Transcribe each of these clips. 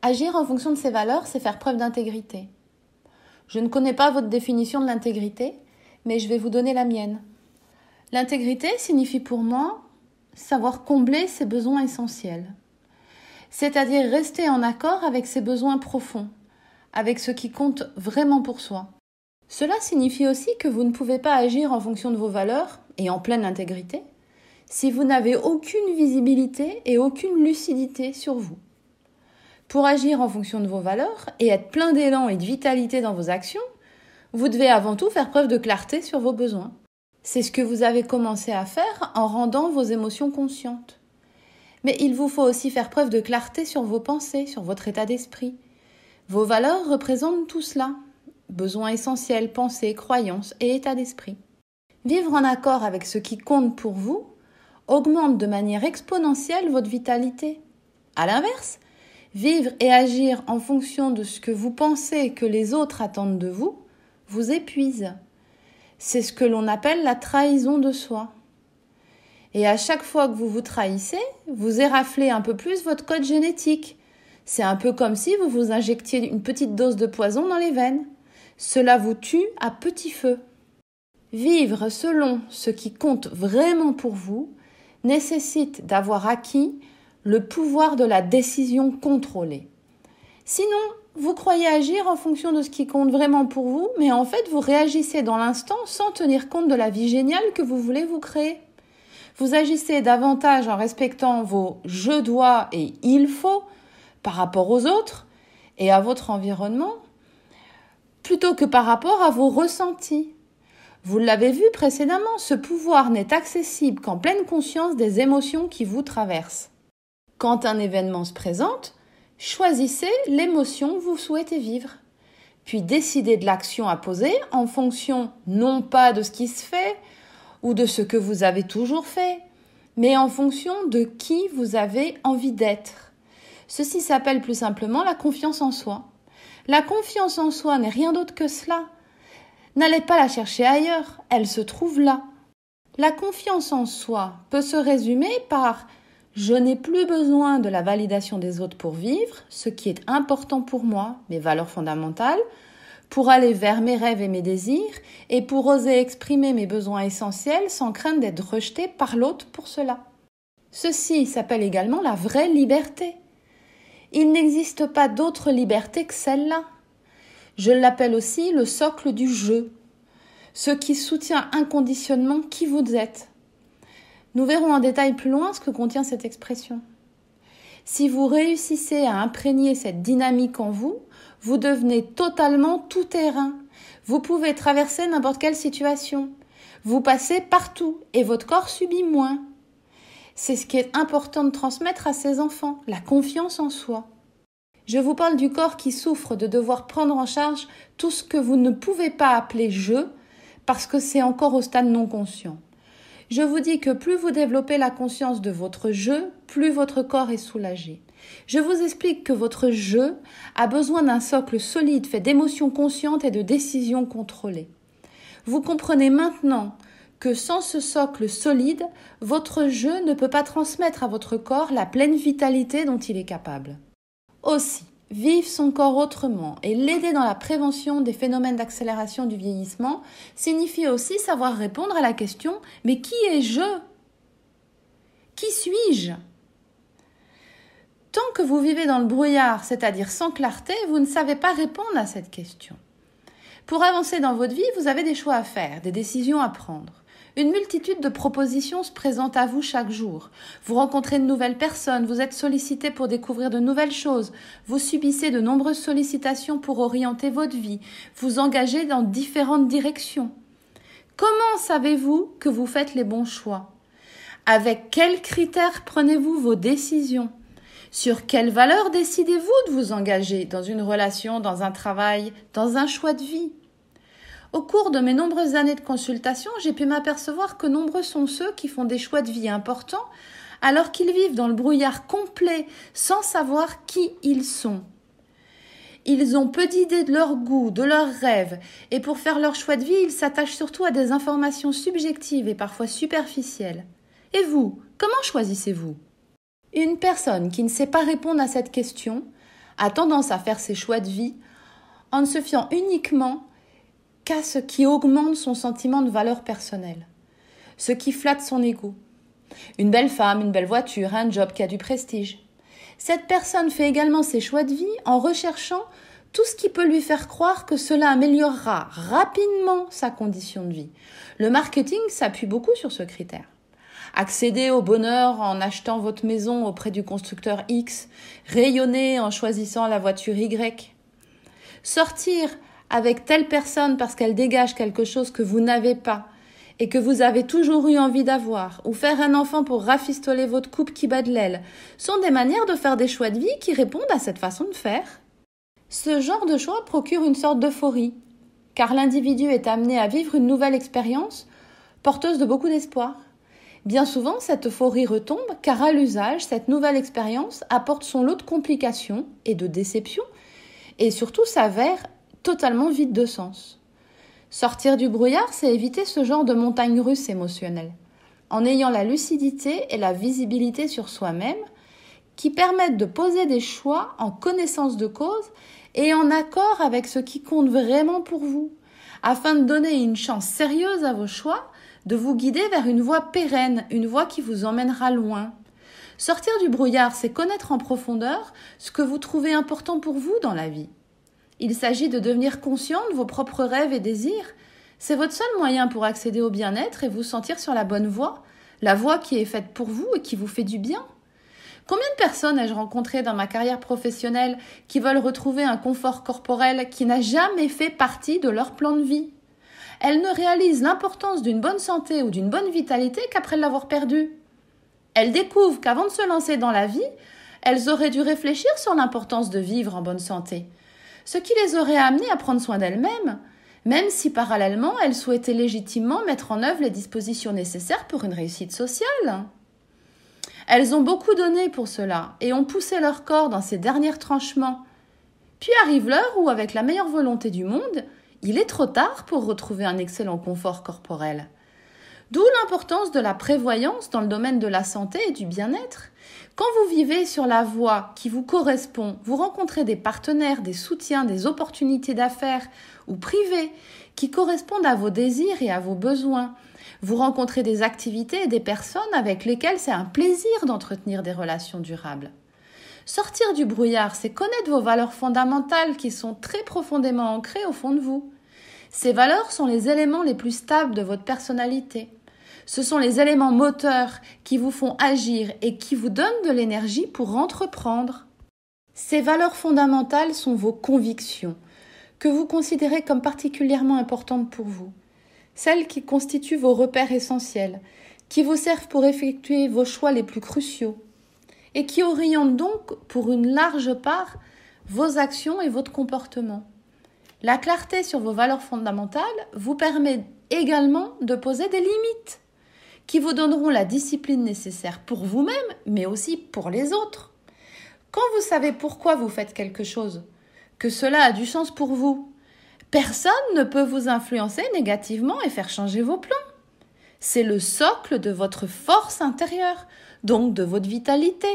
Agir en fonction de ses valeurs, c'est faire preuve d'intégrité. Je ne connais pas votre définition de l'intégrité, mais je vais vous donner la mienne. L'intégrité signifie pour moi savoir combler ses besoins essentiels, c'est-à-dire rester en accord avec ses besoins profonds, avec ce qui compte vraiment pour soi. Cela signifie aussi que vous ne pouvez pas agir en fonction de vos valeurs et en pleine intégrité si vous n'avez aucune visibilité et aucune lucidité sur vous. Pour agir en fonction de vos valeurs et être plein d'élan et de vitalité dans vos actions, vous devez avant tout faire preuve de clarté sur vos besoins. C'est ce que vous avez commencé à faire en rendant vos émotions conscientes. Mais il vous faut aussi faire preuve de clarté sur vos pensées, sur votre état d'esprit. Vos valeurs représentent tout cela. Besoins essentiels, pensées, croyances et état d'esprit. Vivre en accord avec ce qui compte pour vous augmente de manière exponentielle votre vitalité. À l'inverse, vivre et agir en fonction de ce que vous pensez que les autres attendent de vous vous épuise. C'est ce que l'on appelle la trahison de soi. Et à chaque fois que vous vous trahissez, vous éraflez un peu plus votre code génétique. C'est un peu comme si vous vous injectiez une petite dose de poison dans les veines. Cela vous tue à petit feu. Vivre selon ce qui compte vraiment pour vous nécessite d'avoir acquis le pouvoir de la décision contrôlée. Sinon, vous croyez agir en fonction de ce qui compte vraiment pour vous, mais en fait, vous réagissez dans l'instant sans tenir compte de la vie géniale que vous voulez vous créer. Vous agissez davantage en respectant vos « je dois » et « il faut » par rapport aux autres et à votre environnement, plutôt que par rapport à vos ressentis. Vous l'avez vu précédemment, ce pouvoir n'est accessible qu'en pleine conscience des émotions qui vous traversent. Quand un événement se présente, choisissez l'émotion que vous souhaitez vivre, puis décidez de l'action à poser en fonction non pas de ce qui se fait ou de ce que vous avez toujours fait, mais en fonction de qui vous avez envie d'être. Ceci s'appelle plus simplement la confiance en soi. La confiance en soi n'est rien d'autre que cela. N'allez pas la chercher ailleurs, elle se trouve là. La confiance en soi peut se résumer par « je n'ai plus besoin de la validation des autres pour vivre, ce qui est important pour moi, mes valeurs fondamentales, pour aller vers mes rêves et mes désirs, et pour oser exprimer mes besoins essentiels sans crainte d'être rejeté par l'autre pour cela. » Ceci s'appelle également la vraie liberté. Il n'existe pas d'autre liberté que celle-là. Je l'appelle aussi le socle du jeu, ce qui soutient inconditionnellement qui vous êtes. Nous verrons en détail plus loin ce que contient cette expression. Si vous réussissez à imprégner cette dynamique en vous, vous devenez totalement tout-terrain. Vous pouvez traverser n'importe quelle situation. Vous passez partout et votre corps subit moins. C'est ce qui est important de transmettre à ses enfants, la confiance en soi. Je vous parle du corps qui souffre de devoir prendre en charge tout ce que vous ne pouvez pas appeler « je » parce que c'est encore au stade non conscient. Je vous dis que plus vous développez la conscience de votre « je », plus votre corps est soulagé. Je vous explique que votre « je » a besoin d'un socle solide fait d'émotions conscientes et de décisions contrôlées. Vous comprenez maintenant que sans ce socle solide, votre « je » ne peut pas transmettre à votre corps la pleine vitalité dont il est capable. Aussi, vivre son corps autrement et l'aider dans la prévention des phénomènes d'accélération du vieillissement signifie aussi savoir répondre à la question « mais qui est-je ? Qui suis-je » Tant que vous vivez dans le brouillard, c'est-à-dire sans clarté, vous ne savez pas répondre à cette question. Pour avancer dans votre vie, vous avez des choix à faire, des décisions à prendre. Une multitude de propositions se présentent à vous chaque jour. Vous rencontrez de nouvelles personnes, vous êtes sollicité pour découvrir de nouvelles choses, vous subissez de nombreuses sollicitations pour orienter votre vie, vous engagez dans différentes directions. Comment savez-vous que vous faites les bons choix ? Avec quels critères prenez-vous vos décisions ? Sur quelles valeurs décidez-vous de vous engager dans une relation, dans un travail, dans un choix de vie ? Au cours de mes nombreuses années de consultation, j'ai pu m'apercevoir que nombreux sont ceux qui font des choix de vie importants alors qu'ils vivent dans le brouillard complet sans savoir qui ils sont. Ils ont peu d'idées de leur goût, de leurs rêves, et pour faire leur choix de vie, ils s'attachent surtout à des informations subjectives et parfois superficielles. Et vous, comment choisissez-vous ? Une personne qui ne sait pas répondre à cette question a tendance à faire ses choix de vie en ne se fiant uniquement qu'à ce qui augmente son sentiment de valeur personnelle, ce qui flatte son ego. Une belle femme, une belle voiture, un job qui a du prestige. Cette personne fait également ses choix de vie en recherchant tout ce qui peut lui faire croire que cela améliorera rapidement sa condition de vie. Le marketing s'appuie beaucoup sur ce critère. Accéder au bonheur en achetant votre maison auprès du constructeur X, rayonner en choisissant la voiture Y, sortir avec telle personne parce qu'elle dégage quelque chose que vous n'avez pas et que vous avez toujours eu envie d'avoir, ou faire un enfant pour rafistoler votre couple qui bat de l'aile, sont des manières de faire des choix de vie qui répondent à cette façon de faire. Ce genre de choix procure une sorte d'euphorie, car l'individu est amené à vivre une nouvelle expérience porteuse de beaucoup d'espoir. Bien souvent, cette euphorie retombe, car à l'usage, cette nouvelle expérience apporte son lot de complications et de déceptions, et surtout s'avère totalement vide de sens. Sortir du brouillard, c'est éviter ce genre de montagne russe émotionnelle, en ayant la lucidité et la visibilité sur soi-même, qui permettent de poser des choix en connaissance de cause et en accord avec ce qui compte vraiment pour vous, afin de donner une chance sérieuse à vos choix, de vous guider vers une voie pérenne, une voie qui vous emmènera loin. Sortir du brouillard, c'est connaître en profondeur ce que vous trouvez important pour vous dans la vie. Il s'agit de devenir conscient de vos propres rêves et désirs. C'est votre seul moyen pour accéder au bien-être et vous sentir sur la bonne voie, la voie qui est faite pour vous et qui vous fait du bien. Combien de personnes ai-je rencontrées dans ma carrière professionnelle qui veulent retrouver un confort corporel qui n'a jamais fait partie de leur plan de vie ? Elles ne réalisent l'importance d'une bonne santé ou d'une bonne vitalité qu'après l'avoir perdue. Elles découvrent qu'avant de se lancer dans la vie, elles auraient dû réfléchir sur l'importance de vivre en bonne santé, ce qui les aurait amenées à prendre soin d'elles-mêmes, même si parallèlement elles souhaitaient légitimement mettre en œuvre les dispositions nécessaires pour une réussite sociale. Elles ont beaucoup donné pour cela et ont poussé leur corps dans ces derniers tranchements. Puis arrive l'heure où, avec la meilleure volonté du monde, il est trop tard pour retrouver un excellent confort corporel. D'où l'importance de la prévoyance dans le domaine de la santé et du bien-être. Quand vous vivez sur la voie qui vous correspond, vous rencontrez des partenaires, des soutiens, des opportunités d'affaires ou privées qui correspondent à vos désirs et à vos besoins. Vous rencontrez des activités et des personnes avec lesquelles c'est un plaisir d'entretenir des relations durables. Sortir du brouillard, c'est connaître vos valeurs fondamentales qui sont très profondément ancrées au fond de vous. Ces valeurs sont les éléments les plus stables de votre personnalité. Ce sont les éléments moteurs qui vous font agir et qui vous donnent de l'énergie pour entreprendre. Ces valeurs fondamentales sont vos convictions, que vous considérez comme particulièrement importantes pour vous. Celles qui constituent vos repères essentiels, qui vous servent pour effectuer vos choix les plus cruciaux et qui orientent donc pour une large part vos actions et votre comportement. La clarté sur vos valeurs fondamentales vous permet également de poser des limites qui vous donneront la discipline nécessaire pour vous-même, mais aussi pour les autres. Quand vous savez pourquoi vous faites quelque chose, que cela a du sens pour vous, personne ne peut vous influencer négativement et faire changer vos plans. C'est le socle de votre force intérieure, donc de votre vitalité.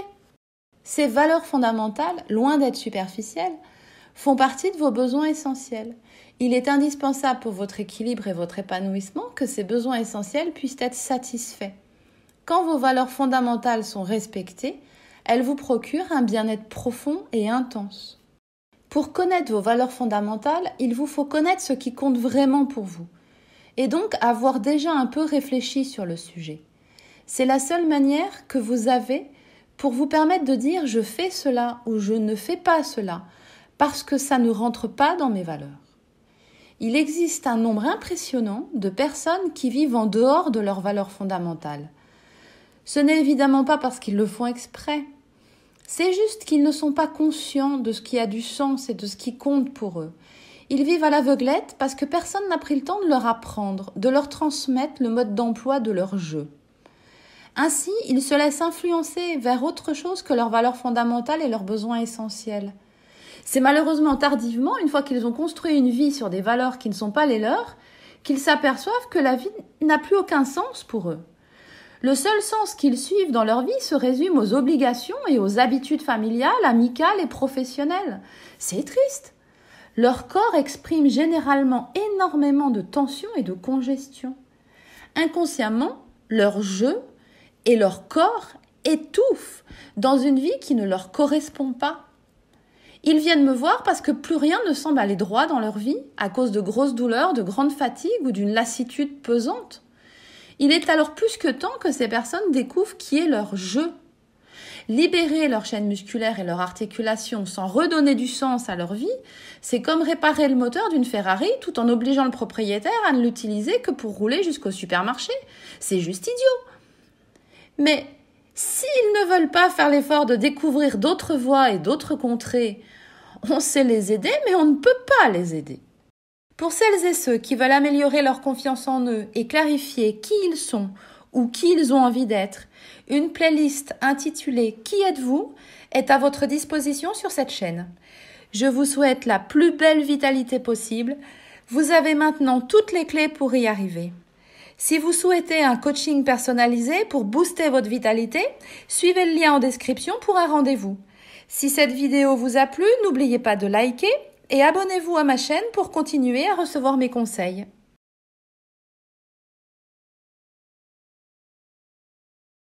Ces valeurs fondamentales, loin d'être superficielles, font partie de vos besoins essentiels. Il est indispensable pour votre équilibre et votre épanouissement que ces besoins essentiels puissent être satisfaits. Quand vos valeurs fondamentales sont respectées, elles vous procurent un bien-être profond et intense. Pour connaître vos valeurs fondamentales, il vous faut connaître ce qui compte vraiment pour vous, et donc avoir déjà un peu réfléchi sur le sujet. C'est la seule manière que vous avez pour vous permettre de dire « je fais cela » ou « je ne fais pas cela », parce que ça ne rentre pas dans mes valeurs. Il existe un nombre impressionnant de personnes qui vivent en dehors de leurs valeurs fondamentales. Ce n'est évidemment pas parce qu'ils le font exprès. C'est juste qu'ils ne sont pas conscients de ce qui a du sens et de ce qui compte pour eux. Ils vivent à l'aveuglette parce que personne n'a pris le temps de leur apprendre, de leur transmettre le mode d'emploi de leur jeu. Ainsi, ils se laissent influencer vers autre chose que leurs valeurs fondamentales et leurs besoins essentiels. C'est malheureusement tardivement, une fois qu'ils ont construit une vie sur des valeurs qui ne sont pas les leurs, qu'ils s'aperçoivent que la vie n'a plus aucun sens pour eux. Le seul sens qu'ils suivent dans leur vie se résume aux obligations et aux habitudes familiales, amicales et professionnelles. C'est triste. Leur corps exprime généralement énormément de tension et de congestion. Inconsciemment, leur jeu et leur corps étouffent dans une vie qui ne leur correspond pas. Ils viennent me voir parce que plus rien ne semble aller droit dans leur vie à cause de grosses douleurs, de grandes fatigues ou d'une lassitude pesante. Il est alors plus que temps que ces personnes découvrent qui est leur jeu. Libérer leur chaîne musculaire et leur articulation sans redonner du sens à leur vie, c'est comme réparer le moteur d'une Ferrari tout en obligeant le propriétaire à ne l'utiliser que pour rouler jusqu'au supermarché. C'est juste idiot. Mais s'ils ne veulent pas faire l'effort de découvrir d'autres voies et d'autres contrées, on sait les aider, mais on ne peut pas les aider. Pour celles et ceux qui veulent améliorer leur confiance en eux et clarifier qui ils sont ou qui ils ont envie d'être, une playlist intitulée « Qui êtes-vous » est à votre disposition sur cette chaîne. Je vous souhaite la plus belle vitalité possible. Vous avez maintenant toutes les clés pour y arriver. Si vous souhaitez un coaching personnalisé pour booster votre vitalité, suivez le lien en description pour un rendez-vous. Si cette vidéo vous a plu, n'oubliez pas de liker et abonnez-vous à ma chaîne pour continuer à recevoir mes conseils.